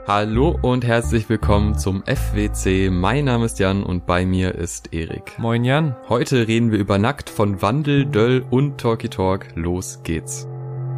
Hallo und herzlich willkommen zum FWC. Mein Name ist Jan und bei mir ist Erik. Moin Jan. Heute reden wir über Nackt von Wandel, Döll und Talky Talk. Los geht's.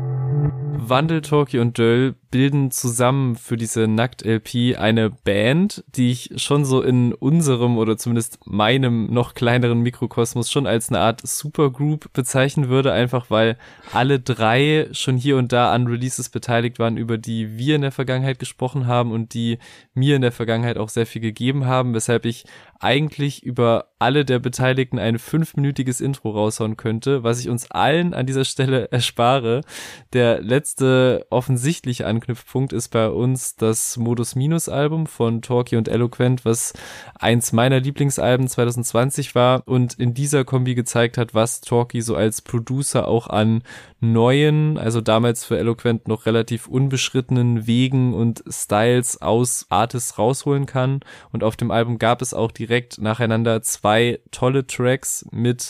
Wandel, Talky und Döll bilden zusammen für diese Nackt-LP eine Band, die ich schon so in unserem oder zumindest meinem noch kleineren Mikrokosmos schon als eine Art Supergroup bezeichnen würde, einfach weil alle drei schon hier und da an Releases beteiligt waren, über die wir in der Vergangenheit gesprochen haben und die mir in der Vergangenheit auch sehr viel gegeben haben, weshalb ich eigentlich über alle der Beteiligten ein 5-minütiges Intro raushauen könnte, was ich uns allen an dieser Stelle erspare. Der letzte offensichtliche Anknüpfpunkt ist bei uns das Modus Minus Album von Talky und Eloquent, was eins meiner Lieblingsalben 2020 war und in dieser Kombi gezeigt hat, was Talky so als Producer auch an neuen, also damals für Eloquent noch relativ unbeschrittenen Wegen und Styles aus Artists rausholen kann. Und auf dem Album gab es auch direkt nacheinander 2 tolle Tracks mit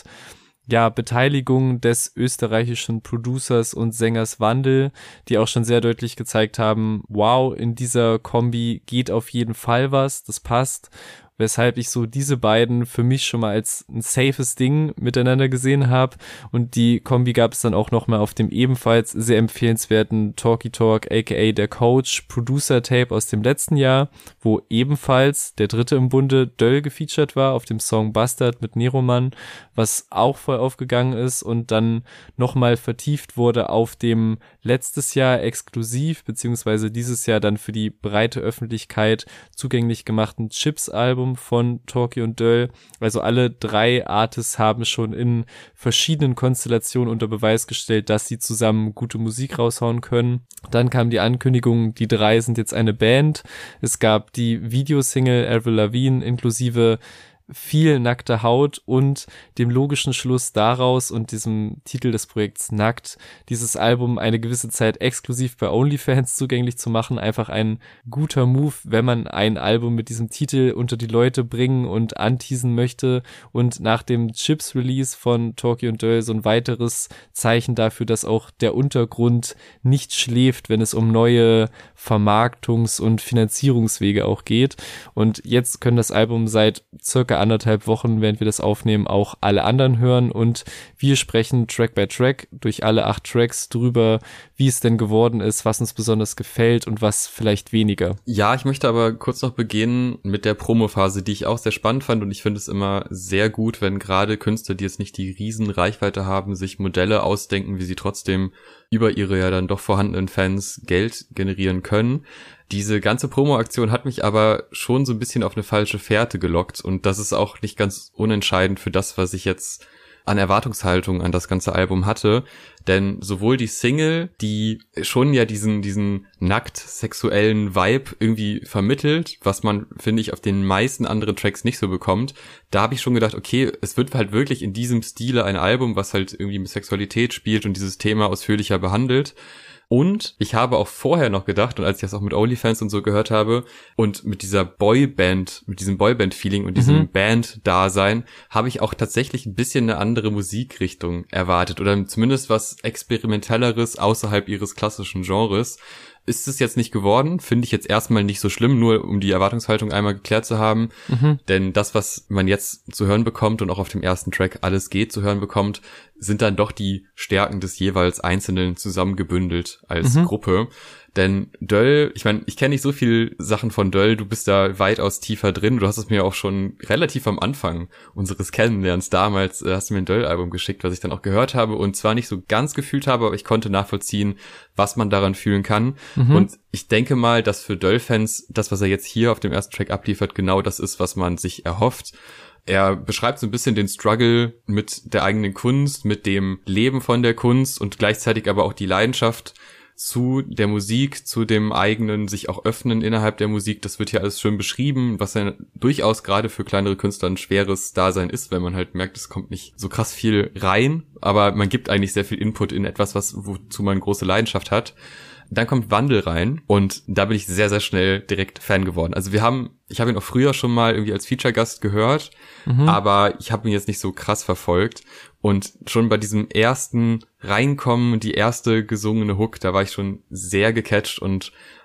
Beteiligung des österreichischen Producers und Sängers Wandel, die auch schon sehr deutlich gezeigt haben, wow, in dieser Kombi geht auf jeden Fall was, das passt. Weshalb ich so diese beiden für mich schon mal als ein safes Ding miteinander gesehen habe. Und die Kombi gab es dann auch noch mal auf dem ebenfalls sehr empfehlenswerten Talky Talk, aka der Coach Producer Tape aus dem letzten Jahr, wo ebenfalls der dritte im Bunde Döll gefeatured war auf dem Song Bastard mit Neroman, was auch voll aufgegangen ist und dann noch mal vertieft wurde auf dem letztes Jahr exklusiv, beziehungsweise dieses Jahr dann für die breite Öffentlichkeit zugänglich gemachten Chips-Album von Talky und Döll. Also alle 3 Artists haben schon in verschiedenen Konstellationen unter Beweis gestellt, dass sie zusammen gute Musik raushauen können. Dann kam die Ankündigung, die 3 sind jetzt eine Band. Es gab die Videosingle Avril Lavigne inklusive viel nackte Haut und dem logischen Schluss daraus und diesem Titel des Projekts Nackt, dieses Album eine gewisse Zeit exklusiv bei OnlyFans zugänglich zu machen, einfach ein guter Move, wenn man ein Album mit diesem Titel unter die Leute bringen und anteasen möchte und nach dem Chips-Release von Talky und Döll so ein weiteres Zeichen dafür, dass auch der Untergrund nicht schläft, wenn es um neue Vermarktungs- und Finanzierungswege auch geht. Und jetzt können das Album seit circa 1,5 Wochen, während wir das aufnehmen, auch alle anderen hören und wir sprechen Track by Track durch alle 8 Tracks drüber, wie es denn geworden ist, was uns besonders gefällt und was vielleicht weniger. Ja, ich möchte aber kurz noch beginnen mit der Promophase, die ich auch sehr spannend fand und ich finde es immer sehr gut, wenn gerade Künstler, die jetzt nicht die riesen Reichweite haben, sich Modelle ausdenken, wie sie trotzdem über ihre ja dann doch vorhandenen Fans Geld generieren können. Diese ganze Promo-Aktion hat mich aber schon so ein bisschen auf eine falsche Fährte gelockt und das ist auch nicht ganz unentscheidend für das, was ich jetzt an Erwartungshaltung an das ganze Album hatte, denn sowohl die Single, die schon ja diesen nackt sexuellen Vibe irgendwie vermittelt, was man, finde ich, auf den meisten anderen Tracks nicht so bekommt, da habe ich schon gedacht, okay, es wird halt wirklich in diesem Stile ein Album, was halt irgendwie mit Sexualität spielt und dieses Thema ausführlicher behandelt. Und ich habe auch vorher noch gedacht, und als ich das auch mit OnlyFans und so gehört habe und mit dieser Boyband, mit diesem Boyband-Feeling und diesem Band-Dasein, habe ich auch tatsächlich ein bisschen eine andere Musikrichtung erwartet oder zumindest was Experimentelleres außerhalb ihres klassischen Genres. Ist es jetzt nicht geworden, finde ich jetzt erstmal nicht so schlimm, nur um die Erwartungshaltung einmal geklärt zu haben. Denn das, was man jetzt zu hören bekommt und auch auf dem ersten Track Alles geht zu hören bekommt, sind dann doch die Stärken des jeweils Einzelnen zusammengebündelt als Gruppe. Denn Döll, ich meine, ich kenne nicht so viel Sachen von Döll, du bist da weitaus tiefer drin. Du hast es mir auch schon relativ am Anfang unseres Kennenlernens damals, hast du mir ein Döll-Album geschickt, was ich dann auch gehört habe und zwar nicht so ganz gefühlt habe, aber ich konnte nachvollziehen, was man daran fühlen kann. Und ich denke mal, dass für Döll-Fans das, was er jetzt hier auf dem ersten Track abliefert, genau das ist, was man sich erhofft. Er beschreibt so ein bisschen den Struggle mit der eigenen Kunst, mit dem Leben von der Kunst und gleichzeitig aber auch die Leidenschaft zu der Musik, zu dem eigenen sich auch öffnen innerhalb der Musik. Das wird hier alles schön beschrieben, was ja durchaus gerade für kleinere Künstler ein schweres Dasein ist, wenn man halt merkt, es kommt nicht so krass viel rein, aber man gibt eigentlich sehr viel Input in etwas, wozu man große Leidenschaft hat. Dann kommt Wandel rein und da bin ich sehr, sehr schnell direkt Fan geworden. Also ich habe ihn auch früher schon mal irgendwie als Feature-Gast gehört, aber ich habe ihn jetzt nicht so krass verfolgt. Und schon bei diesem ersten Reinkommen, die erste gesungene Hook, da war ich schon sehr gecatcht und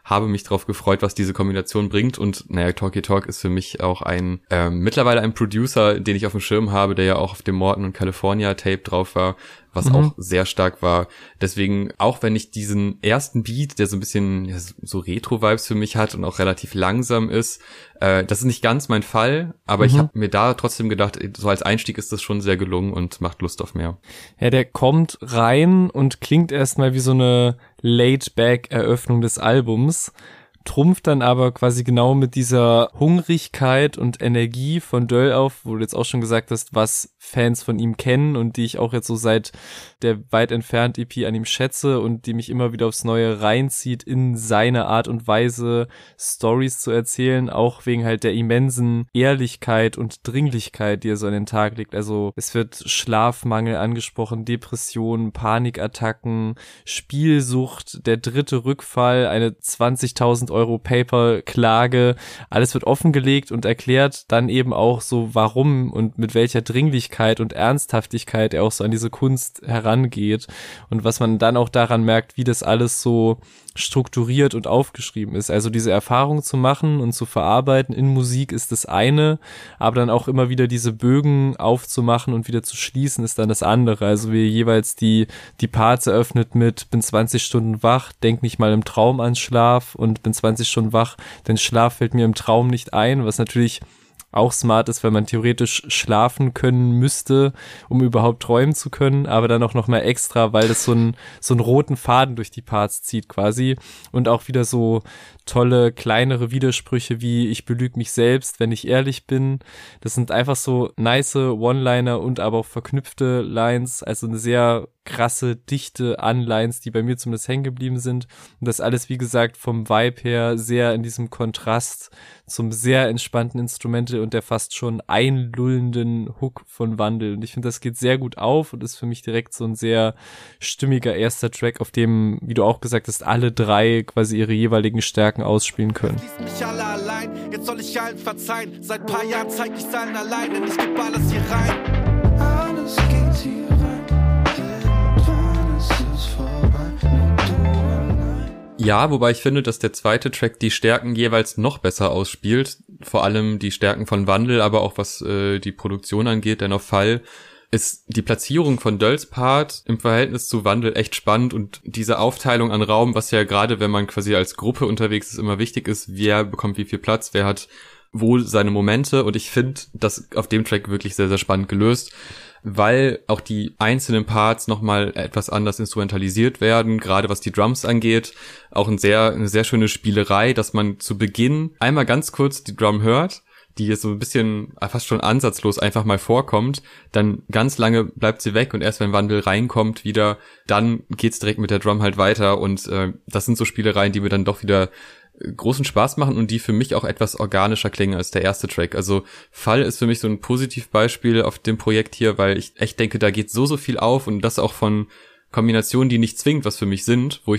habe mich drauf gefreut, was diese Kombination bringt. Und naja, Talky Talk ist für mich auch mittlerweile ein Producer, den ich auf dem Schirm habe, der ja auch auf dem Morton und California Tape drauf war, was auch sehr stark war. Deswegen, auch wenn ich diesen ersten Beat, der so ein bisschen so Retro-Vibes für mich hat und auch relativ langsam ist, das ist nicht ganz mein Fall, aber ich habe mir da trotzdem gedacht, so als Einstieg ist das schon sehr gelungen und macht Lust auf mehr. Ja, der kommt rein und klingt erstmal wie so eine Laid-Back-Eröffnung des Albums, trumpft dann aber quasi genau mit dieser Hungrigkeit und Energie von Döll auf, wo du jetzt auch schon gesagt hast, was Fans von ihm kennen und die ich auch jetzt so seit der weit entfernt EP an ihm schätze und die mich immer wieder aufs Neue reinzieht, in seine Art und Weise Stories zu erzählen, auch wegen halt der immensen Ehrlichkeit und Dringlichkeit, die er so an den Tag legt. Also es wird Schlafmangel angesprochen, Depressionen, Panikattacken, Spielsucht, der dritte Rückfall, eine 20.000 Euro Paper-Klage, alles wird offengelegt und erklärt dann eben auch so, warum und mit welcher Dringlichkeit und Ernsthaftigkeit er auch so an diese Kunst herangeht und was man dann auch daran merkt, wie das alles so strukturiert und aufgeschrieben ist. Also diese Erfahrung zu machen und zu verarbeiten in Musik ist das eine, aber dann auch immer wieder diese Bögen aufzumachen und wieder zu schließen ist dann das andere. Also wie jeweils die Parts eröffnet mit bin 20 Stunden wach, denk nicht mal im Traum an Schlaf und bin 20 Stunden wach, denn Schlaf fällt mir im Traum nicht ein, was natürlich auch smart ist, weil man theoretisch schlafen können müsste, um überhaupt träumen zu können, aber dann auch noch mal extra, weil das so einen roten Faden durch die Parts zieht quasi und auch wieder so tolle, kleinere Widersprüche wie ich belüge mich selbst, wenn ich ehrlich bin. Das sind einfach so nice One-Liner und aber auch verknüpfte Lines, also eine sehr krasse Dichte an Lines, die bei mir zumindest hängen geblieben sind. Und das alles, wie gesagt, vom Vibe her sehr in diesem Kontrast zum sehr entspannten Instrumental und der fast schon einlullenden Hook von Wandel. Und ich finde, das geht sehr gut auf und ist für mich direkt so ein sehr stimmiger erster Track, auf dem, wie du auch gesagt hast, alle drei quasi ihre jeweiligen Stärken ausspielen können. Ließ mich alle allein, jetzt soll ich allen verzeihen. Seit paar Jahren zeig ich's allen allein, denn ich geb alles hier rein. Alles geht hier rein, irgendwann ist es vorbei, nur du allein. Ja, wobei ich finde, dass der zweite Track die Stärken jeweils noch besser ausspielt. Vor allem die Stärken von Wandel, aber auch was die Produktion angeht, denn auf Fall ist die Platzierung von Dölls Part im Verhältnis zu Wandel echt spannend und diese Aufteilung an Raum, was ja gerade, wenn man quasi als Gruppe unterwegs ist, immer wichtig ist, wer bekommt wie viel Platz, wer hat wohl seine Momente und ich finde das auf dem Track wirklich sehr, sehr spannend gelöst, weil auch die einzelnen Parts nochmal etwas anders instrumentalisiert werden, gerade was die Drums angeht, auch eine sehr schöne Spielerei, dass man zu Beginn einmal ganz kurz die Drum hört, die jetzt so ein bisschen fast schon ansatzlos einfach mal vorkommt, dann ganz lange bleibt sie weg und erst wenn Wandel reinkommt wieder, dann geht's direkt mit der Drum halt weiter und das sind so Spielereien, die mir dann doch wieder großen Spaß machen und die für mich auch etwas organischer klingen als der erste Track. Also Fall ist für mich so ein Positivbeispiel auf dem Projekt hier, weil ich echt denke, da geht so viel auf und das auch von Kombinationen, die nicht zwingend was für mich sind, wo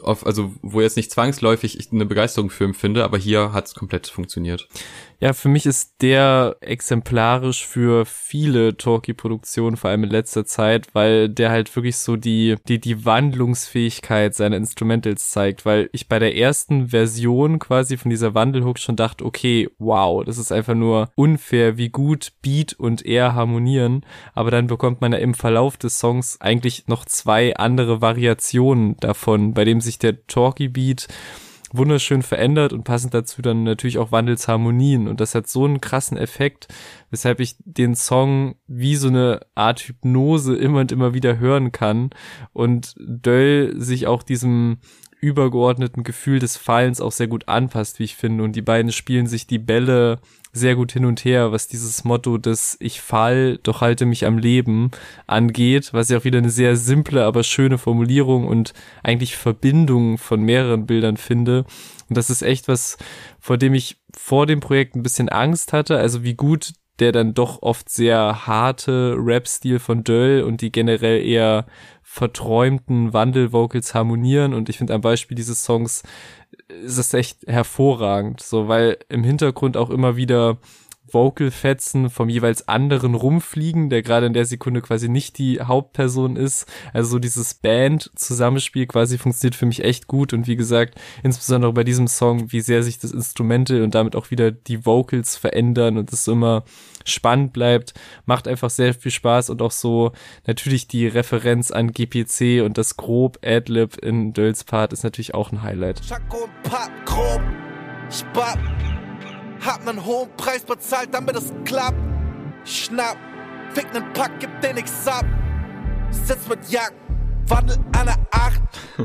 jetzt nicht zwangsläufig ich eine Begeisterung für empfinde, aber hier hat's komplett funktioniert. Ja, für mich ist der exemplarisch für viele Talkie-Produktionen, vor allem in letzter Zeit, weil der halt wirklich so die Wandlungsfähigkeit seiner Instrumentals zeigt, weil ich bei der ersten Version quasi von dieser Wandelhook schon dachte, okay, wow, das ist einfach nur unfair, wie gut Beat und er harmonieren, aber dann bekommt man ja im Verlauf des Songs eigentlich noch zwei andere Variationen davon, bei dem sich der Talkie-Beat wunderschön verändert und passend dazu dann natürlich auch Wandels Harmonien und das hat so einen krassen Effekt, weshalb ich den Song wie so eine Art Hypnose immer und immer wieder hören kann und Döll sich auch diesem übergeordneten Gefühl des Fallens auch sehr gut anpasst, wie ich finde, und die beiden spielen sich die Bälle sehr gut hin und her, was dieses Motto des Ich fall, doch halte mich am Leben angeht, was ja auch wieder eine sehr simple, aber schöne Formulierung und eigentlich Verbindung von mehreren Bildern finde. Und das ist echt was, vor dem ich vor dem Projekt ein bisschen Angst hatte, also wie gut der dann doch oft sehr harte Rap-Stil von Döll und die generell eher verträumten Wandel-Vocals harmonieren und ich finde am Beispiel dieses Songs ist es echt hervorragend, so, weil im Hintergrund auch immer wieder Vocal-Fetzen vom jeweils anderen rumfliegen, der gerade in der Sekunde quasi nicht die Hauptperson ist. Also so dieses Band-Zusammenspiel quasi funktioniert für mich echt gut und wie gesagt, insbesondere bei diesem Song, wie sehr sich das Instrumental und damit auch wieder die Vocals verändern und es immer spannend bleibt, macht einfach sehr viel Spaß und auch so natürlich die Referenz an GPC und das grob Adlib in Dölls Part ist natürlich auch ein Highlight. Chaco und Papp, grob, ich bapp, hab nen hohen Preis bezahlt, damit es klappt. Schnapp, fick nen Pack, gib den nix ab. Sitz mit Jagd, Wandel an der 8.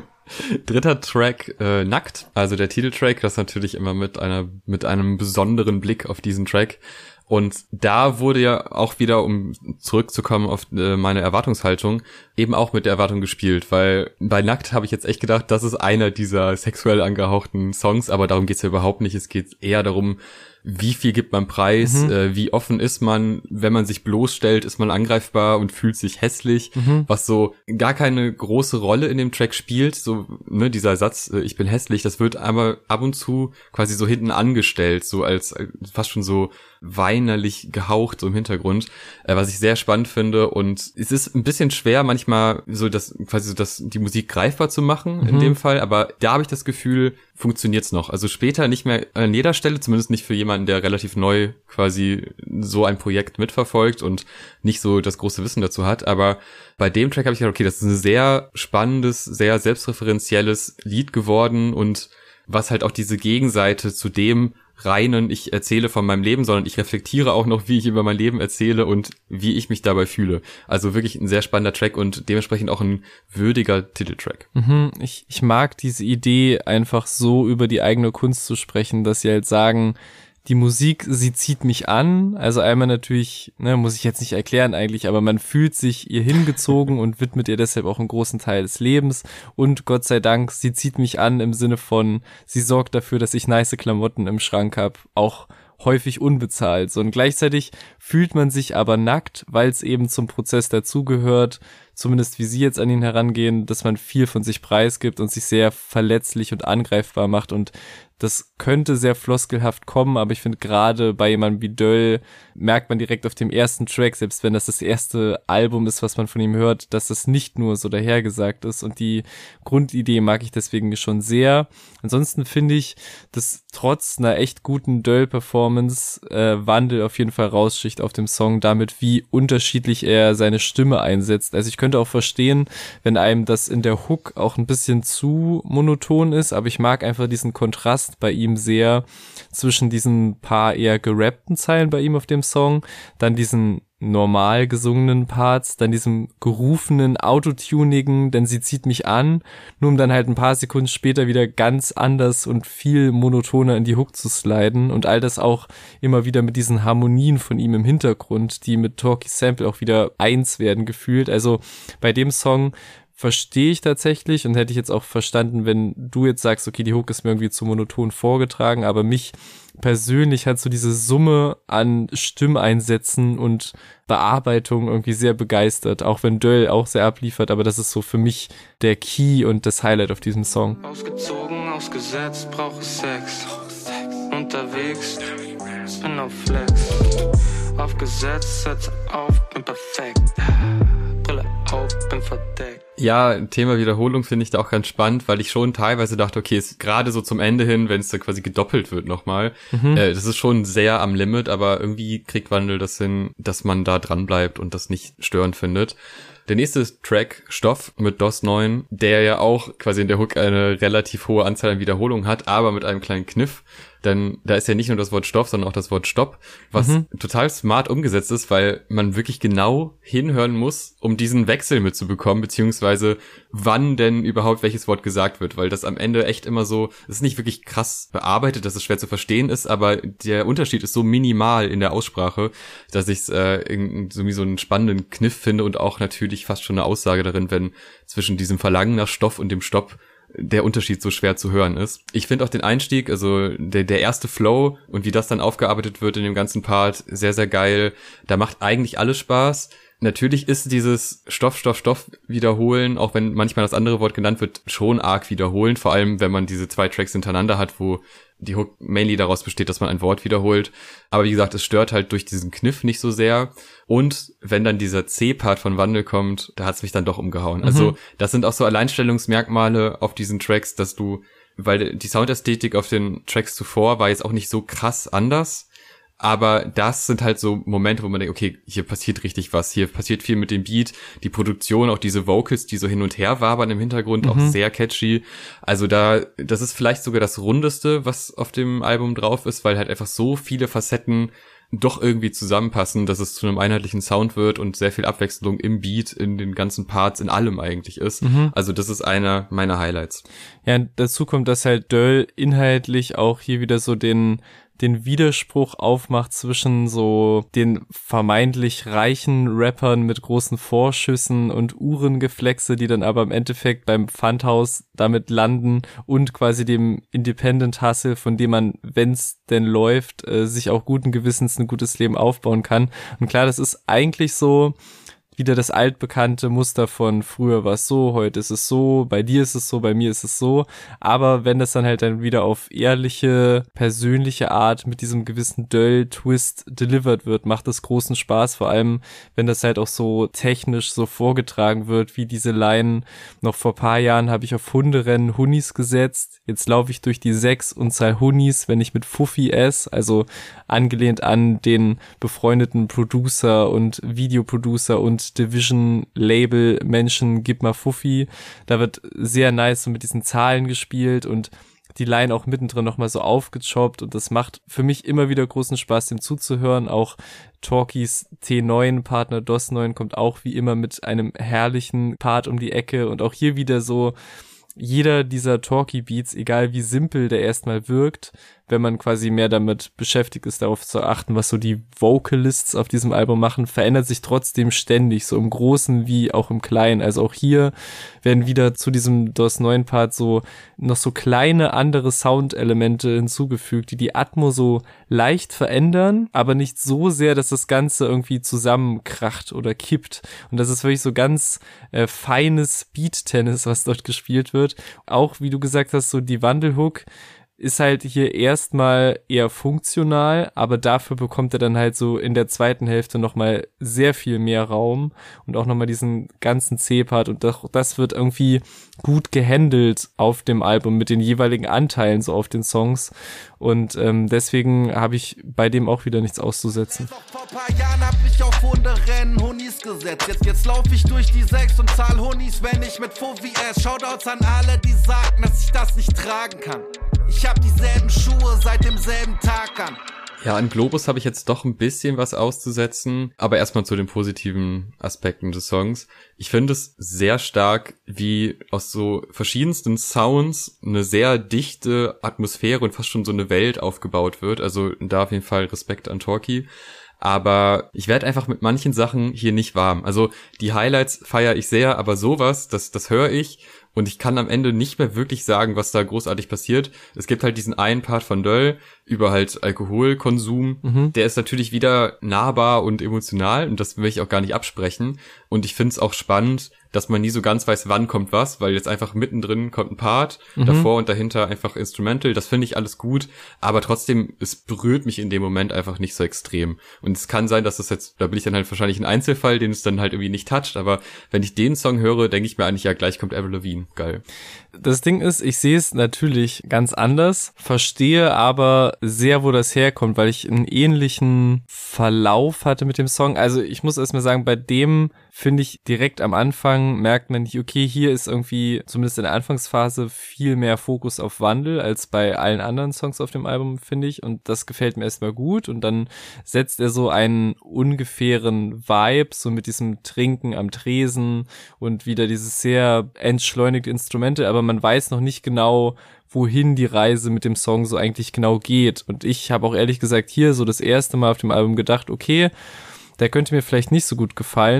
Dritter Track, Nackt, also der Titeltrack, das natürlich immer mit einem besonderen Blick auf diesen Track. Und da wurde ja auch wieder, um zurückzukommen auf meine Erwartungshaltung, eben auch mit der Erwartung gespielt, weil bei Nackt habe ich jetzt echt gedacht, das ist einer dieser sexuell angehauchten Songs, aber darum geht's ja überhaupt nicht. Es geht eher darum, wie viel gibt man preis, wie offen ist man, wenn man sich bloßstellt, ist man angreifbar und fühlt sich hässlich, was so gar keine große Rolle in dem Track spielt, so, ne, dieser Satz, ich bin hässlich, das wird aber ab und zu quasi so hinten angestellt, so als fast schon so weinerlich gehaucht, so im Hintergrund, was ich sehr spannend finde und es ist ein bisschen schwer manchmal so das quasi so das die Musik greifbar zu machen in dem Fall, aber da habe ich das Gefühl, funktioniert's noch. Also später nicht mehr an jeder Stelle, zumindest nicht für jemanden, der relativ neu quasi so ein Projekt mitverfolgt und nicht so das große Wissen dazu hat. Aber bei dem Track habe ich gedacht, okay, das ist ein sehr spannendes, sehr selbstreferenzielles Lied geworden und was halt auch diese Gegenseite zu dem reinen, ich erzähle von meinem Leben, sondern ich reflektiere auch noch, wie ich über mein Leben erzähle und wie ich mich dabei fühle. Also wirklich ein sehr spannender Track und dementsprechend auch ein würdiger Titeltrack. Ich mag diese Idee, einfach so über die eigene Kunst zu sprechen, dass sie halt sagen, die Musik, sie zieht mich an, also einmal natürlich, ne, muss ich jetzt nicht erklären eigentlich, aber man fühlt sich ihr hingezogen und widmet ihr deshalb auch einen großen Teil des Lebens und Gott sei Dank, sie zieht mich an im Sinne von, sie sorgt dafür, dass ich nice Klamotten im Schrank habe, auch häufig unbezahlt. So, und gleichzeitig fühlt man sich aber nackt, weil es eben zum Prozess dazugehört, zumindest wie sie jetzt an ihn herangehen, dass man viel von sich preisgibt und sich sehr verletzlich und angreifbar macht und das könnte sehr floskelhaft kommen, aber ich finde gerade bei jemandem wie Döll merkt man direkt auf dem ersten Track, selbst wenn das erste Album ist, was man von ihm hört, dass das nicht nur so dahergesagt ist und die Grundidee mag ich deswegen schon sehr. Ansonsten finde ich, dass trotz einer echt guten Döll-Performance Wandel auf jeden Fall raussticht auf dem Song damit, wie unterschiedlich er seine Stimme einsetzt. Also ich könnte auch verstehen, wenn einem das in der Hook auch ein bisschen zu monoton ist, aber ich mag einfach diesen Kontrast bei ihm sehr zwischen diesen paar eher gerappten Zeilen bei ihm auf dem Song, dann diesen normal gesungenen Parts, dann diesem gerufenen, autotunigen, denn sie zieht mich an, nur um dann halt ein paar Sekunden später wieder ganz anders und viel monotoner in die Hook zu sliden und all das auch immer wieder mit diesen Harmonien von ihm im Hintergrund, die mit Talkie Sample auch wieder eins werden gefühlt. Also bei dem Song verstehe ich tatsächlich und hätte ich jetzt auch verstanden, wenn du jetzt sagst, okay, die Hook ist mir irgendwie zu monoton vorgetragen, aber mich persönlich hat so diese Summe an Stimmeinsätzen und Bearbeitung irgendwie sehr begeistert, auch wenn Döll auch sehr abliefert, aber das ist so für mich der Key und das Highlight auf diesem Song. Ausgezogen, ausgesetzt, brauche Sex. Unterwegs, bin auf Flex. Aufgesetzt, setze auf, bin perfekt. Brille auf, bin verdeckt. Ja, Thema Wiederholung finde ich da auch ganz spannend, weil ich schon teilweise dachte, okay, ist gerade so zum Ende hin, wenn es da quasi gedoppelt wird nochmal, das ist schon sehr am Limit, aber irgendwie kriegt Wandel das hin, dass man da dran bleibt und das nicht störend findet. Der nächste ist Track Stoff mit DOS 9, der ja auch quasi in der Hook eine relativ hohe Anzahl an Wiederholungen hat, aber mit einem kleinen Kniff. Denn da ist ja nicht nur das Wort Stoff, sondern auch das Wort Stopp, was total smart umgesetzt ist, weil man wirklich genau hinhören muss, um diesen Wechsel mitzubekommen, beziehungsweise wann denn überhaupt welches Wort gesagt wird, weil das am Ende echt immer so, es ist nicht wirklich krass bearbeitet, dass es schwer zu verstehen ist, aber der Unterschied ist so minimal in der Aussprache, dass ich es irgendwie so einen spannenden Kniff finde und auch natürlich fast schon eine Aussage darin, wenn zwischen diesem Verlangen nach Stoff und dem Stopp der Unterschied so schwer zu hören ist. Ich finde auch den Einstieg, also der erste Flow und wie das dann aufgearbeitet wird in dem ganzen Part, sehr, sehr geil. Da macht eigentlich alles Spaß. natürlich ist dieses Stoff wiederholen, auch wenn manchmal das andere Wort genannt wird, schon arg wiederholen, vor allem wenn man diese 2 Tracks hintereinander hat, wo die Hook mainly daraus besteht, dass man ein Wort wiederholt. Aber wie gesagt, es stört halt durch diesen Kniff nicht so sehr. Und wenn dann dieser C-Part von Wandel kommt, da hat's mich dann doch umgehauen. Also das sind auch so Alleinstellungsmerkmale auf diesen Tracks, dass du, weil die Soundästhetik auf den Tracks zuvor war jetzt auch nicht so krass anders, aber das sind halt so Momente, wo man denkt, okay, hier passiert richtig was, hier passiert viel mit dem Beat, die Produktion, auch diese Vocals, die so hin und her wabern im Hintergrund, auch sehr catchy. Also das ist vielleicht sogar das Rundeste, was auf dem Album drauf ist, weil halt einfach so viele Facetten doch irgendwie zusammenpassen, dass es zu einem einheitlichen Sound wird und sehr viel Abwechslung im Beat, in den ganzen Parts, in allem eigentlich ist. Also das ist einer meiner Highlights. Ja, dazu kommt, dass halt Döll inhaltlich auch hier wieder so den Widerspruch aufmacht zwischen so den vermeintlich reichen Rappern mit großen Vorschüssen und Uhrengeflexe, die dann aber im Endeffekt beim Pfandhaus damit landen, und quasi dem Independent Hustle, von dem man, wenn's denn läuft, sich auch guten Gewissens ein gutes Leben aufbauen kann. Und klar, das ist eigentlich so wieder das altbekannte Muster von früher war es so, heute ist es so, bei dir ist es so, bei mir ist es so. Aber wenn das dann halt dann wieder auf ehrliche, persönliche Art mit diesem gewissen Döll-Twist delivered wird, macht es großen Spaß. Vor allem, wenn das halt auch so technisch so vorgetragen wird, wie diese Line, noch vor paar Jahren habe ich auf Hunderennen Hunnis gesetzt, jetzt laufe ich durch die 6 und zahl Hunnis, wenn ich mit Fuffi esse, also angelehnt an den befreundeten Producer und Videoproducer und Division-Label Menschen, gib mal Fuffi. Da wird sehr nice so mit diesen Zahlen gespielt und die Line auch mittendrin nochmal so aufgechoppt, und das macht für mich immer wieder großen Spaß, dem zuzuhören. Auch Talkies T9 Partner DOS 9 kommt auch wie immer mit einem herrlichen Part um die Ecke, und auch hier wieder so jeder dieser Talkie-Beats, egal wie simpel der erstmal wirkt, wenn man quasi mehr damit beschäftigt ist, darauf zu achten, was so die Vocalists auf diesem Album machen, verändert sich trotzdem ständig, so im Großen wie auch im Kleinen. Also auch hier werden wieder zu diesem DOS 9 Part so noch so kleine andere Soundelemente hinzugefügt, die die Atmo so leicht verändern, aber nicht so sehr, dass das Ganze irgendwie zusammenkracht oder kippt. Und das ist wirklich so ganz feines Beat-Tennis, was dort gespielt wird. Auch, wie du gesagt hast, so die Wandelhook ist halt hier erstmal eher funktional, aber dafür bekommt er dann halt so in der zweiten Hälfte nochmal sehr viel mehr Raum und auch nochmal diesen ganzen C-Part, und das wird irgendwie gut gehandelt auf dem Album mit den jeweiligen Anteilen so auf den Songs, und deswegen habe ich bei dem auch wieder nichts auszusetzen. Vor paar Jahren hab ich auf Hunderennen Hunnis gesetzt. Jetzt lauf ich durch die 6 und zahl Hunnis, wenn ich mit Fuffi esse. Shoutouts an alle, die sagten, dass ich das nicht tragen kann. Ich hab dieselben Schuhe seit demselben Tag an. Ja, an Globus habe ich jetzt doch ein bisschen was auszusetzen, aber erstmal zu den positiven Aspekten des Songs. Ich finde es sehr stark, wie aus so verschiedensten Sounds eine sehr dichte Atmosphäre und fast schon so eine Welt aufgebaut wird. Also da auf jeden Fall Respekt an Talkie. Aber ich werde einfach mit manchen Sachen hier nicht warm. Also die Highlights feiere ich sehr, aber sowas, das höre ich und ich kann am Ende nicht mehr wirklich sagen, was da großartig passiert. Es gibt halt diesen einen Part von Döll über halt Alkoholkonsum. Der ist natürlich wieder nahbar und emotional und das will ich auch gar nicht absprechen. Und ich finde es auch spannend, dass man nie so ganz weiß, wann kommt was, weil jetzt einfach mittendrin kommt ein Part, davor und dahinter einfach Instrumental, das finde ich alles gut, aber trotzdem, es berührt mich in dem Moment einfach nicht so extrem. Und es kann sein, dass das jetzt, da bin ich dann halt wahrscheinlich ein Einzelfall, den es dann halt irgendwie nicht toucht, aber wenn ich den Song höre, denke ich mir eigentlich, ja, gleich kommt Avril Lavigne, geil. Das Ding ist, ich sehe es natürlich ganz anders, verstehe aber sehr, wo das herkommt, weil ich einen ähnlichen Verlauf hatte mit dem Song. Also ich muss erstmal sagen, bei dem finde ich direkt am Anfang merkt man nicht, okay, hier ist irgendwie zumindest in der Anfangsphase viel mehr Fokus auf Wandel als bei allen anderen Songs auf dem Album, finde ich, und das gefällt mir erstmal gut, und dann setzt er so einen ungefähren Vibe, so mit diesem Trinken am Tresen und wieder dieses sehr entschleunigte Instrumente, aber man weiß noch nicht genau, wohin die Reise mit dem Song so eigentlich genau geht, und ich habe auch ehrlich gesagt hier so das erste Mal auf dem Album gedacht, okay, der könnte mir vielleicht nicht so gut gefallen,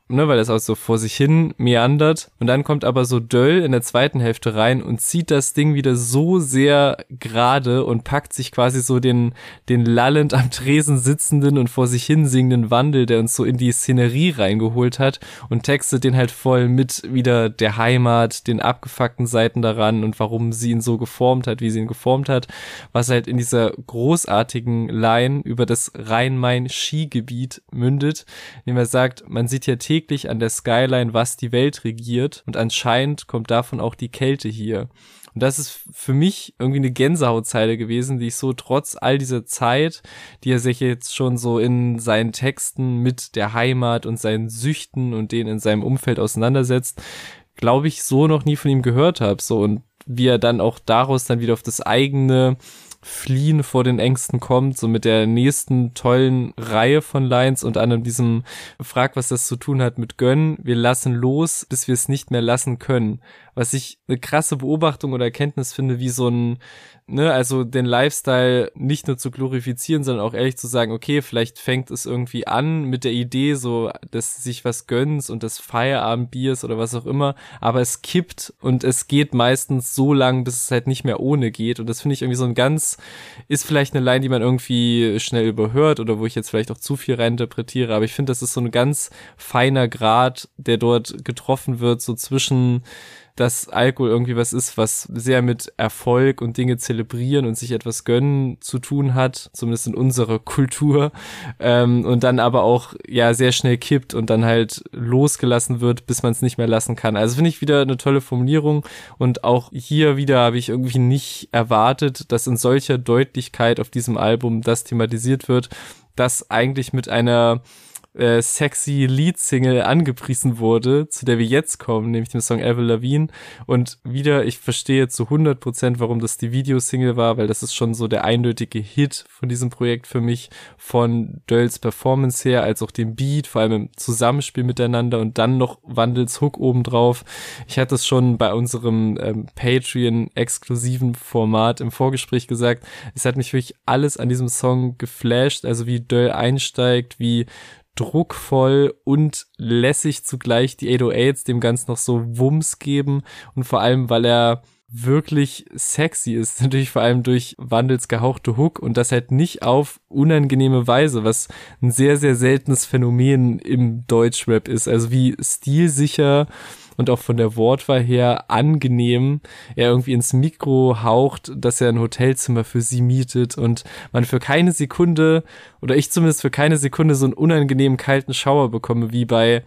ne, weil das auch so vor sich hin meandert. Und dann kommt aber so Döll in der zweiten Hälfte rein und zieht das Ding wieder so sehr gerade und packt sich quasi so den lallend am Tresen sitzenden und vor sich hin singenden Wandel, der uns so in die Szenerie reingeholt hat, und textet den halt voll mit wieder der Heimat, den abgefuckten Seiten daran und warum sie ihn so geformt hat, wie sie ihn geformt hat, was halt in dieser großartigen Line über das Rhein-Main-Skigebiet mündet, indem er sagt, man sieht ja täglich an der Skyline, was die Welt regiert, und anscheinend kommt davon auch die Kälte hier. Und das ist für mich irgendwie eine Gänsehautzeile gewesen, die ich so trotz all dieser Zeit, die er sich jetzt schon so in seinen Texten mit der Heimat und seinen Süchten und denen in seinem Umfeld auseinandersetzt, glaube ich, so noch nie von ihm gehört habe. So, und wie er dann auch daraus dann wieder auf das eigene Fliehen vor den Ängsten kommt, so mit der nächsten tollen Reihe von Lines, unter anderem diesem Frag, was das zu tun hat mit gönnen, wir lassen los, bis wir es nicht mehr lassen können. Was ich eine krasse Beobachtung oder Erkenntnis finde, wie so ein, ne, also den Lifestyle nicht nur zu glorifizieren, sondern auch ehrlich zu sagen, okay, vielleicht fängt es irgendwie an mit der Idee so, dass sich was gönnst und des Feierabendbiers oder was auch immer, aber es kippt und es geht meistens so lang, bis es halt nicht mehr ohne geht, und das finde ich irgendwie so ein ganz, ist vielleicht eine Line, die man irgendwie schnell überhört oder wo ich jetzt vielleicht auch zu viel reininterpretiere, aber ich finde, das ist so ein ganz feiner Grad, der dort getroffen wird, so zwischen, dass Alkohol irgendwie was ist, was sehr mit Erfolg und Dinge zelebrieren und sich etwas gönnen zu tun hat, zumindest in unserer Kultur, und dann aber auch ja sehr schnell kippt und dann halt losgelassen wird, bis man es nicht mehr lassen kann. Also finde ich wieder eine tolle Formulierung, und auch hier wieder habe ich irgendwie nicht erwartet, dass in solcher Deutlichkeit auf diesem Album das thematisiert wird, das eigentlich mit einer sexy Lead-Single angepriesen wurde, zu der wir jetzt kommen, nämlich dem Song Avril Lavigne. Und wieder, ich verstehe zu 100%, warum das die Videosingle war, weil das ist schon so der eindeutige Hit von diesem Projekt für mich, von Dölls Performance her, als auch dem Beat, vor allem im Zusammenspiel miteinander, und dann noch Wandels Hook obendrauf. Ich hatte es schon bei unserem Patreon-exklusiven Format im Vorgespräch gesagt, es hat mich wirklich alles an diesem Song geflasht, also wie Döll einsteigt, wie druckvoll und lässig zugleich die 808s dem Ganzen noch so Wumms geben, und vor allem, weil er wirklich sexy ist, natürlich vor allem durch Wandels gehauchte Hook, und das halt nicht auf unangenehme Weise, was ein sehr, sehr seltenes Phänomen im Deutschrap ist, also wie stilsicher und auch von der Wortwahl her angenehm er irgendwie ins Mikro haucht, dass er ein Hotelzimmer für sie mietet und man für keine Sekunde, oder ich zumindest für keine Sekunde, so einen unangenehmen kalten Schauer bekomme, wie bei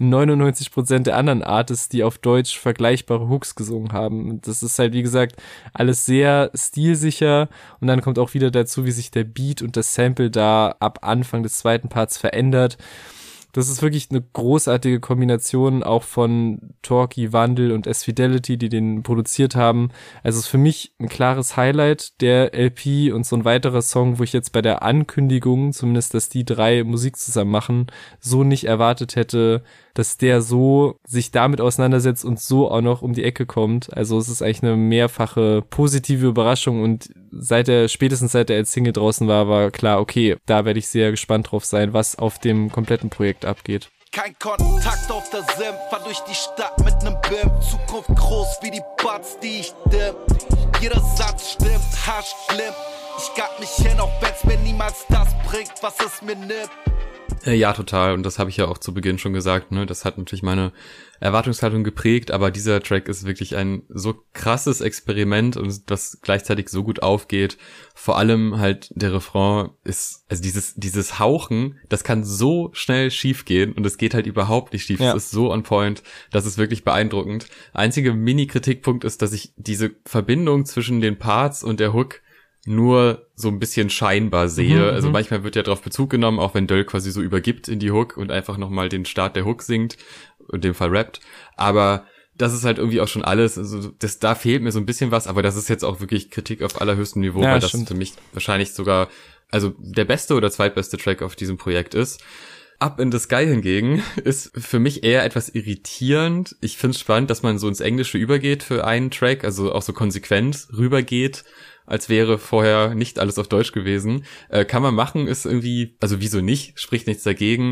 99% der anderen Artists, die auf Deutsch vergleichbare Hooks gesungen haben. Das ist halt, wie gesagt, alles sehr stilsicher, und dann kommt auch wieder dazu, wie sich der Beat und das Sample da ab Anfang des zweiten Parts verändert. Das ist wirklich eine großartige Kombination auch von Torki, Wandel und S-Fidelity, die den produziert haben. Also es ist für mich ein klares Highlight der LP und so ein weiterer Song, wo ich jetzt bei der Ankündigung, zumindest, dass die drei Musik zusammen machen, so nicht erwartet hätte, dass der so sich damit auseinandersetzt und so auch noch um die Ecke kommt. Also es ist eigentlich eine mehrfache positive Überraschung, und spätestens seit der als Single draußen war klar, okay, da werde ich sehr gespannt drauf sein, was auf dem kompletten Projekt abgeht. Kein Kontakt auf der Sim, fahr durch die Stadt mit nem BIM. Zukunft groß wie die Buds, die ich dimm. Jeder Satz stimmt, Hasch schlimm. Ich gab mich hin, auch wenn's mir niemals das bringt, was es mir nimmt. Ja, total. Und das habe ich ja auch zu Beginn schon gesagt, ne? Das hat natürlich meine Erwartungshaltung geprägt, aber dieser Track ist wirklich ein so krasses Experiment und das gleichzeitig so gut aufgeht. Vor allem halt der Refrain ist, also dieses Hauchen, das kann so schnell schief gehen und es geht halt überhaupt nicht schief. Es ist so on point, das ist wirklich beeindruckend. Einziger Mini-Kritikpunkt ist, dass ich diese Verbindung zwischen den Parts und der Hook nur so ein bisschen scheinbar sehe. Also manchmal wird ja darauf Bezug genommen, auch wenn Döll quasi so übergibt in die Hook und einfach nochmal den Start der Hook singt, in dem Fall rappt. Aber das ist halt irgendwie auch schon alles. Also da fehlt mir so ein bisschen was, aber das ist jetzt auch wirklich Kritik auf allerhöchstem Niveau, weil das für mich wahrscheinlich sogar also der beste oder zweitbeste Track auf diesem Projekt ist. Up in the Sky hingegen ist für mich eher etwas irritierend. Ich finde es spannend, dass man so ins Englische übergeht für einen Track, also auch so konsequent rübergeht, als wäre vorher nicht alles auf Deutsch gewesen. Kann man machen, ist irgendwie, also wieso nicht, spricht nichts dagegen.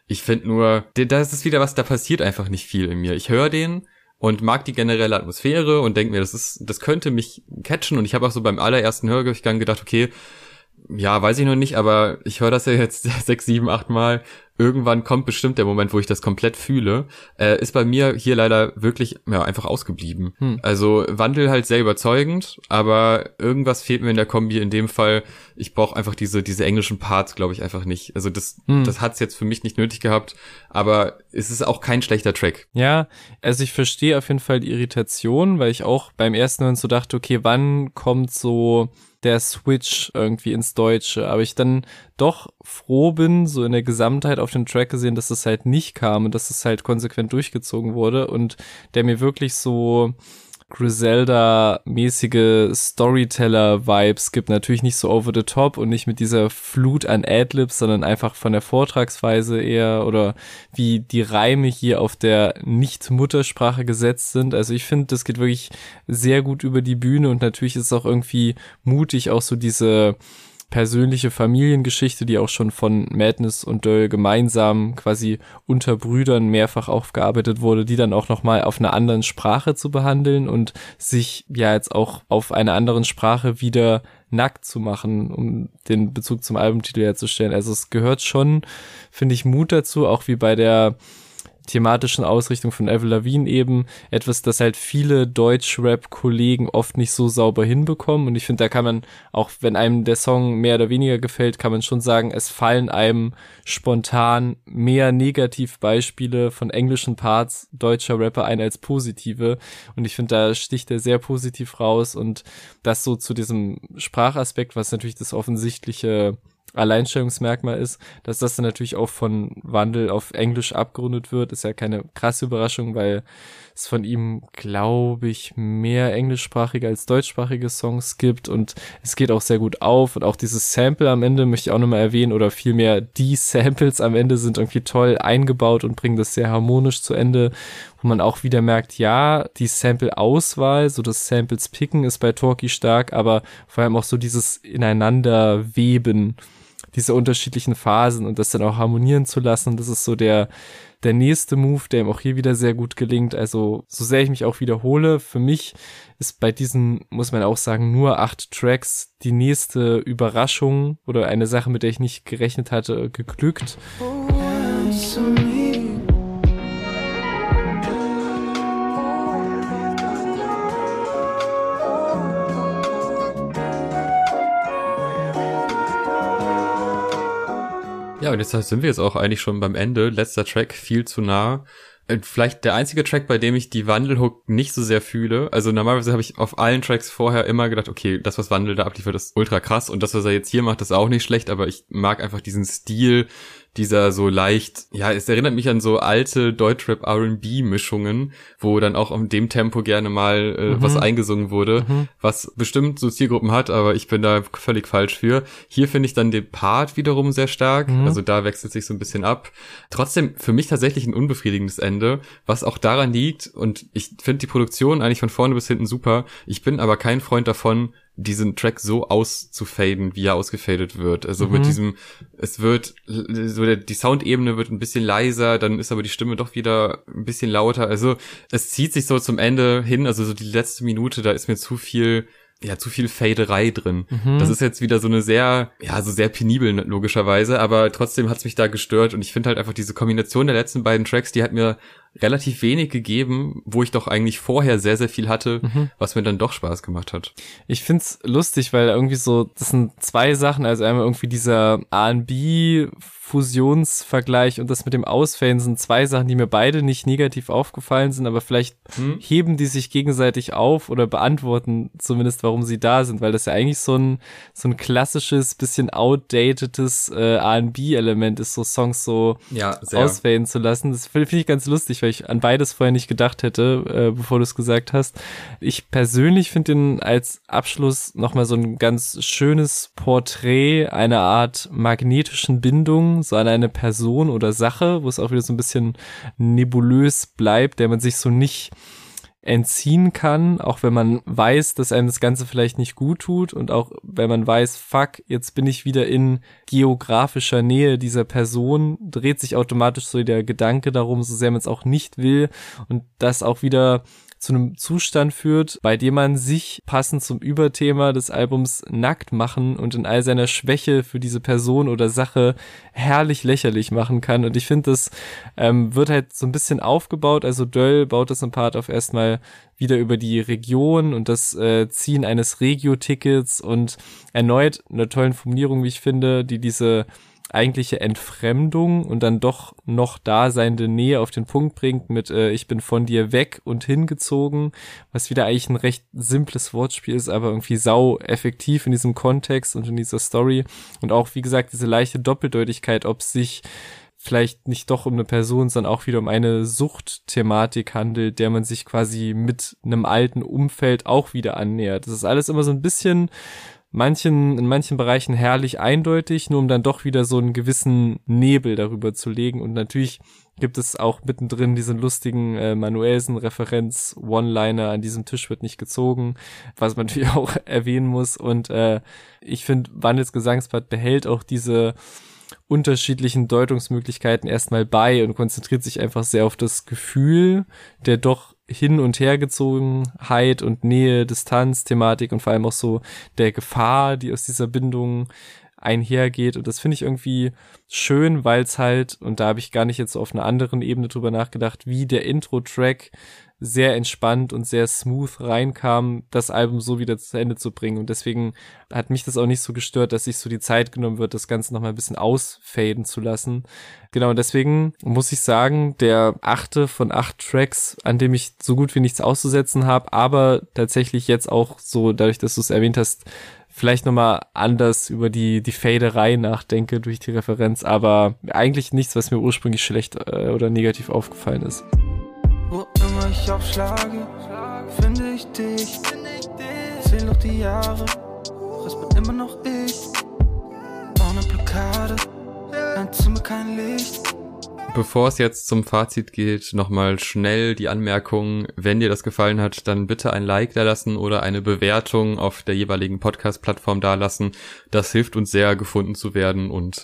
Ich finde nur, da ist es wieder was, da passiert einfach nicht viel in mir. Ich höre den und mag die generelle Atmosphäre und denke mir, das könnte mich catchen. Und ich habe auch so beim allerersten Hörgang gedacht, okay, ja, weiß ich noch nicht, aber ich höre das ja jetzt 6, 7, 8 Mal. Irgendwann kommt bestimmt der Moment, wo ich das komplett fühle. Ist bei mir hier leider wirklich einfach ausgeblieben. Also Wandel halt sehr überzeugend, aber irgendwas fehlt mir in der Kombi. In dem Fall, ich brauche einfach diese englischen Parts, glaube ich, einfach nicht. Also das hat's jetzt für mich nicht nötig gehabt, aber es ist auch kein schlechter Track. Ja, also ich verstehe auf jeden Fall die Irritation, weil ich auch beim ersten Hören so dachte, okay, wann kommt so der Switch irgendwie ins Deutsche, aber ich dann doch froh bin, so in der Gesamtheit auf den Track gesehen, dass es halt nicht kam und dass es halt konsequent durchgezogen wurde und der mir wirklich so Griselda-mäßige Storyteller-Vibes gibt. Natürlich nicht so over the top und nicht mit dieser Flut an Adlibs, sondern einfach von der Vortragsweise eher oder wie die Reime hier auf der Nicht-Muttersprache gesetzt sind. Also ich finde, das geht wirklich sehr gut über die Bühne und natürlich ist es auch irgendwie mutig, auch so diese persönliche Familiengeschichte, die auch schon von Madness und Döll gemeinsam quasi unter Brüdern mehrfach aufgearbeitet wurde, die dann auch nochmal auf einer anderen Sprache zu behandeln und sich ja jetzt auch auf einer anderen Sprache wieder nackt zu machen, um den Bezug zum Albumtitel herzustellen. Also es gehört schon, finde ich, Mut dazu, auch wie bei der thematischen Ausrichtung von Avril Lavigne eben, etwas, das halt viele Deutsch-Rap-Kollegen oft nicht so sauber hinbekommen und ich finde, da kann man, auch wenn einem der Song mehr oder weniger gefällt, kann man schon sagen, es fallen einem spontan mehr Negativbeispiele von englischen Parts deutscher Rapper ein als positive und ich finde, da sticht er sehr positiv raus und das so zu diesem Sprachaspekt, was natürlich das offensichtliche Alleinstellungsmerkmal ist, dass das dann natürlich auch von Wandel auf Englisch abgerundet wird, ist ja keine krasse Überraschung, weil es von ihm, glaube ich, mehr englischsprachige als deutschsprachige Songs gibt und es geht auch sehr gut auf und auch dieses Sample am Ende möchte ich auch nochmal erwähnen oder vielmehr die Samples am Ende sind irgendwie toll eingebaut und bringen das sehr harmonisch zu Ende, wo man auch wieder merkt, ja, die Sample-Auswahl, so das Samples-Picken ist bei Torki stark, aber vor allem auch so dieses Ineinanderweben, diese unterschiedlichen Phasen und das dann auch harmonieren zu lassen, das ist so der nächste Move, der ihm auch hier wieder sehr gut gelingt. Also so sehr ich mich auch wiederhole, für mich ist bei diesen, muss man auch sagen, nur 8 Tracks die nächste Überraschung oder eine Sache, mit der ich nicht gerechnet hatte, geglückt. Ja, und jetzt sind wir jetzt auch eigentlich schon beim Ende. Letzter Track, viel zu nah. Vielleicht der einzige Track, bei dem ich die Wandelhook nicht so sehr fühle. Also normalerweise habe ich auf allen Tracks vorher immer gedacht, okay, das, was Wandel da abliefert, ist ultra krass. Und das, was er jetzt hier macht, ist auch nicht schlecht. Aber ich mag einfach diesen Stil, dieser so leicht, ja, es erinnert mich an so alte Deutschrap R&B-Mischungen, wo dann auch in dem Tempo gerne mal was eingesungen wurde, was bestimmt so Zielgruppen hat, aber ich bin da völlig falsch für. Hier finde ich dann den Part wiederum sehr stark, also da wechselt sich so ein bisschen ab. Trotzdem für mich tatsächlich ein unbefriedigendes Ende, was auch daran liegt, und ich finde die Produktion eigentlich von vorne bis hinten super, ich bin aber kein Freund davon, diesen Track so auszufaden, wie er ausgefadet wird. Also mit diesem, es wird, so die Soundebene wird ein bisschen leiser, dann ist aber die Stimme doch wieder ein bisschen lauter. Also es zieht sich so zum Ende hin, also so die letzte Minute, da ist mir zu viel Faderei drin. Das ist jetzt wieder so eine sehr penibel logischerweise, aber trotzdem hat's mich da gestört und ich finde halt einfach diese Kombination der letzten beiden Tracks, die hat mir relativ wenig gegeben, wo ich doch eigentlich vorher sehr, sehr viel hatte, was mir dann doch Spaß gemacht hat. Ich find's lustig, weil irgendwie so, das sind zwei Sachen, also einmal irgendwie dieser R&B-Fusionsvergleich und das mit dem Ausfaden sind zwei Sachen, die mir beide nicht negativ aufgefallen sind, aber vielleicht heben die sich gegenseitig auf oder beantworten zumindest, warum sie da sind, weil das ja eigentlich so ein klassisches, bisschen outdatedes R&B-Element ist, so Songs so ausfaden zu lassen. Das finde ich ganz lustig, weil ich an beides vorher nicht gedacht hätte, bevor du es gesagt hast. Ich persönlich finde den als Abschluss nochmal so ein ganz schönes Porträt einer Art magnetischen Bindung, so an eine Person oder Sache, wo es auch wieder so ein bisschen nebulös bleibt, der man sich so nicht entziehen kann, auch wenn man weiß, dass einem das Ganze vielleicht nicht gut tut und auch wenn man weiß, fuck, jetzt bin ich wieder in geografischer Nähe dieser Person, dreht sich automatisch so der Gedanke darum, so sehr man es auch nicht will und das auch wieder zu einem Zustand führt, bei dem man sich passend zum Überthema des Albums nackt machen und in all seiner Schwäche für diese Person oder Sache herrlich lächerlich machen kann. Und ich finde, das wird halt so ein bisschen aufgebaut. Also Döll baut das im Part auf erstmal wieder über die Region und das Ziehen eines Regio-Tickets und erneut eine tollen Formulierung, wie ich finde, die diese eigentliche Entfremdung und dann doch noch daseinende Nähe auf den Punkt bringt mit ich bin von dir weg und hingezogen, was wieder eigentlich ein recht simples Wortspiel ist, aber irgendwie sau effektiv in diesem Kontext und in dieser Story und auch, wie gesagt, diese leichte Doppeldeutigkeit, ob es sich vielleicht nicht doch um eine Person, sondern auch wieder um eine Suchtthematik handelt, der man sich quasi mit einem alten Umfeld auch wieder annähert. Das ist alles immer so ein bisschen in manchen Bereichen herrlich eindeutig, nur um dann doch wieder so einen gewissen Nebel darüber zu legen. Und natürlich gibt es auch mittendrin diesen lustigen Manuelsen-Referenz, One-Liner, an diesem Tisch wird nicht gezogen, was man natürlich auch erwähnen muss. Und ich finde, Wandels Gesangspart behält auch diese unterschiedlichen Deutungsmöglichkeiten erstmal bei und konzentriert sich einfach sehr auf das Gefühl der doch Hin- und Hergezogenheit und Nähe, Distanz, Thematik und vor allem auch so der Gefahr, die aus dieser Bindung einhergeht. Und das finde ich irgendwie schön, weil es halt, und da habe ich gar nicht jetzt so auf einer anderen Ebene drüber nachgedacht, wie der Intro-Track sehr entspannt und sehr smooth reinkam, das Album so wieder zu Ende zu bringen. Und deswegen hat mich das auch nicht so gestört, dass sich so die Zeit genommen wird, das Ganze nochmal ein bisschen ausfaden zu lassen. Genau, und deswegen muss ich sagen, der 8. von 8 Tracks, an dem ich so gut wie nichts auszusetzen habe, aber tatsächlich jetzt auch so, dadurch, dass du es erwähnt hast, vielleicht nochmal anders über die Faderei nachdenke durch die Referenz, aber eigentlich nichts, was mir ursprünglich schlecht oder negativ aufgefallen ist. Wo immer ich aufschlage, finde ich dich. Zähl noch die Jahre, doch es bin immer noch ich. Bau eine Blockade, entzünde kein Licht. Bevor es jetzt zum Fazit geht, nochmal schnell die Anmerkung, wenn dir das gefallen hat, dann bitte ein Like da lassen oder eine Bewertung auf der jeweiligen Podcast-Plattform da lassen. Das hilft uns sehr, gefunden zu werden und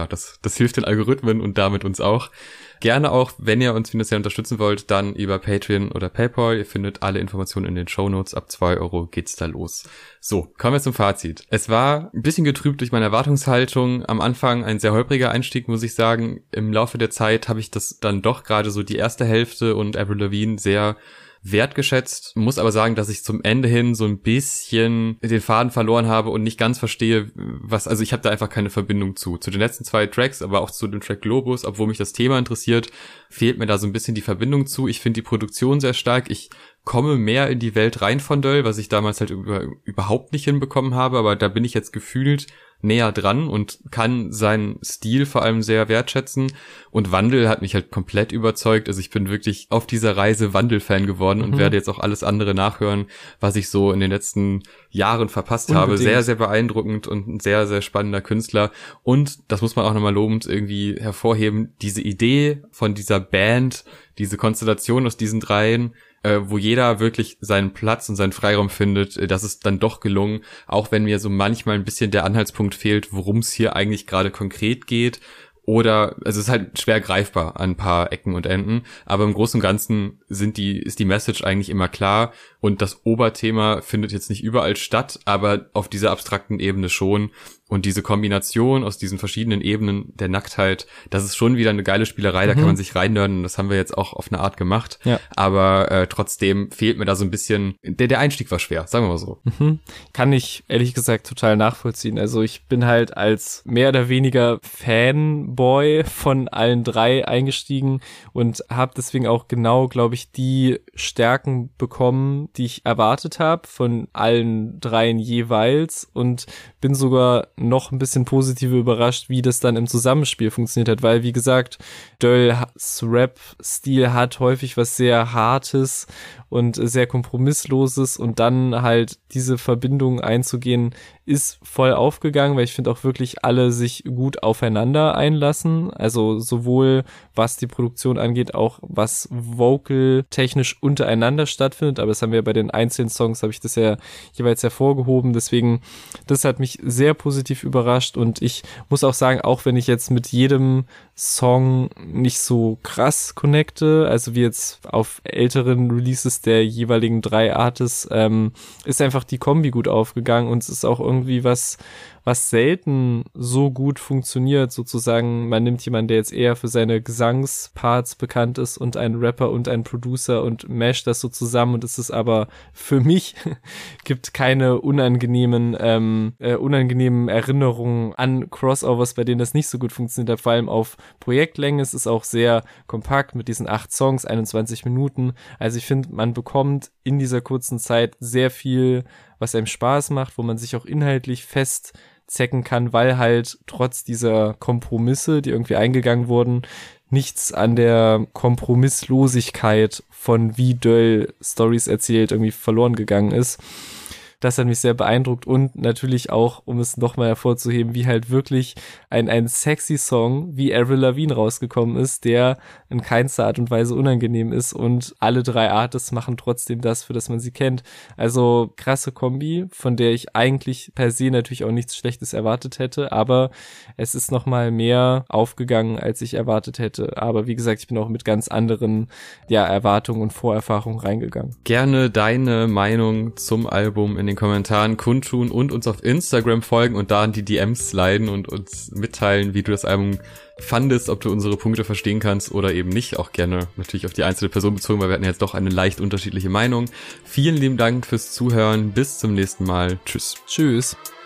das hilft den Algorithmen und damit uns auch. Gerne auch, wenn ihr uns finanziell unterstützen wollt, dann über Patreon oder PayPal. Ihr findet alle Informationen in den Shownotes. Ab 2 € geht's da los. So, kommen wir zum Fazit. Es war ein bisschen getrübt durch meine Erwartungshaltung. Am Anfang ein sehr holpriger Einstieg, muss ich sagen. Im Laufe der Zeit habe ich das dann doch gerade so die erste Hälfte und Avril Lavigne sehr wertgeschätzt, muss aber sagen, dass ich zum Ende hin so ein bisschen den Faden verloren habe und nicht ganz verstehe, also ich habe da einfach keine Verbindung zu den letzten 2 Tracks, aber auch zu dem Track Globus, obwohl mich das Thema interessiert, fehlt mir da so ein bisschen die Verbindung zu. Ich finde die Produktion sehr stark, ich komme mehr in die Welt rein von Döll, was ich damals halt überhaupt nicht hinbekommen habe, aber da bin ich jetzt gefühlt näher dran und kann seinen Stil vor allem sehr wertschätzen. Und Wandel hat mich halt komplett überzeugt. Also ich bin wirklich auf dieser Reise Wandel-Fan geworden und werde jetzt auch alles andere nachhören, was ich so in den letzten Jahren verpasst habe. Sehr, sehr beeindruckend und ein sehr, sehr spannender Künstler. Und, das muss man auch nochmal lobend irgendwie hervorheben, diese Idee von dieser Band, diese Konstellation aus diesen dreien, wo jeder wirklich seinen Platz und seinen Freiraum findet, das ist dann doch gelungen, auch wenn mir so manchmal ein bisschen der Anhaltspunkt fehlt, worum es hier eigentlich gerade konkret geht. Oder, also es ist halt schwer greifbar an ein paar Ecken und Enden, aber im Großen und Ganzen ist die Message eigentlich immer klar und das Oberthema findet jetzt nicht überall statt, aber auf dieser abstrakten Ebene schon. Und diese Kombination aus diesen verschiedenen Ebenen der Nacktheit, das ist schon wieder eine geile Spielerei, da kann man sich reinnörden, das haben wir jetzt auch auf eine Art gemacht. Ja. Aber trotzdem fehlt mir da so ein bisschen, der Einstieg war schwer, sagen wir mal so. Kann ich ehrlich gesagt total nachvollziehen. Also ich bin halt als mehr oder weniger Fanboy von allen 3 eingestiegen und habe deswegen auch genau, glaube ich, die Stärken bekommen, die ich erwartet habe von allen 3 jeweils und bin sogar noch ein bisschen positiver überrascht, wie das dann im Zusammenspiel funktioniert hat, weil, wie gesagt, Döls Rap-Stil hat häufig was sehr Hartes und sehr Kompromissloses und dann halt diese Verbindung einzugehen, ist voll aufgegangen, weil ich finde auch wirklich alle sich gut aufeinander einlassen, also sowohl was die Produktion angeht, auch was vocal-technisch untereinander stattfindet, aber das haben wir bei den einzelnen Songs, habe ich das ja jeweils hervorgehoben, deswegen, das hat mich sehr positiv überrascht und ich muss auch sagen, auch wenn ich jetzt mit jedem Song nicht so krass connecte, also wie jetzt auf älteren Releases der jeweiligen 3 Artists, ist einfach die Kombi gut aufgegangen und es ist auch irgendwie was selten so gut funktioniert, sozusagen, man nimmt jemanden, der jetzt eher für seine Gesangsparts bekannt ist und einen Rapper und einen Producer und masht das so zusammen und es ist aber für mich, gibt keine unangenehmen Erinnerungen an Crossovers, bei denen das nicht so gut funktioniert, vor allem auf Projektlänge. Es ist auch sehr kompakt mit diesen 8 Songs, 21 Minuten, also ich finde, man bekommt in dieser kurzen Zeit sehr viel, was einem Spaß macht, wo man sich auch inhaltlich festzecken kann, weil halt trotz dieser Kompromisse, die irgendwie eingegangen wurden, nichts an der Kompromisslosigkeit von wie Döll Stories erzählt irgendwie verloren gegangen ist. Das hat mich sehr beeindruckt und natürlich auch, um es nochmal hervorzuheben, wie halt wirklich ein sexy Song wie Avril Lavigne rausgekommen ist, der in keinster Art und Weise unangenehm ist und alle 3 Artists machen trotzdem das, für das man sie kennt. Also krasse Kombi, von der ich eigentlich per se natürlich auch nichts Schlechtes erwartet hätte, aber es ist nochmal mehr aufgegangen, als ich erwartet hätte. Aber wie gesagt, ich bin auch mit ganz anderen Erwartungen und Vorerfahrungen reingegangen. Gerne deine Meinung zum Album in den Kommentaren kundtun und uns auf Instagram folgen und da in die DMs sliden und uns mitteilen, wie du das Album fandest, ob du unsere Punkte verstehen kannst oder eben nicht. Auch gerne natürlich auf die einzelne Person bezogen, weil wir hatten jetzt doch eine leicht unterschiedliche Meinung. Vielen lieben Dank fürs Zuhören. Bis zum nächsten Mal. Tschüss. Tschüss.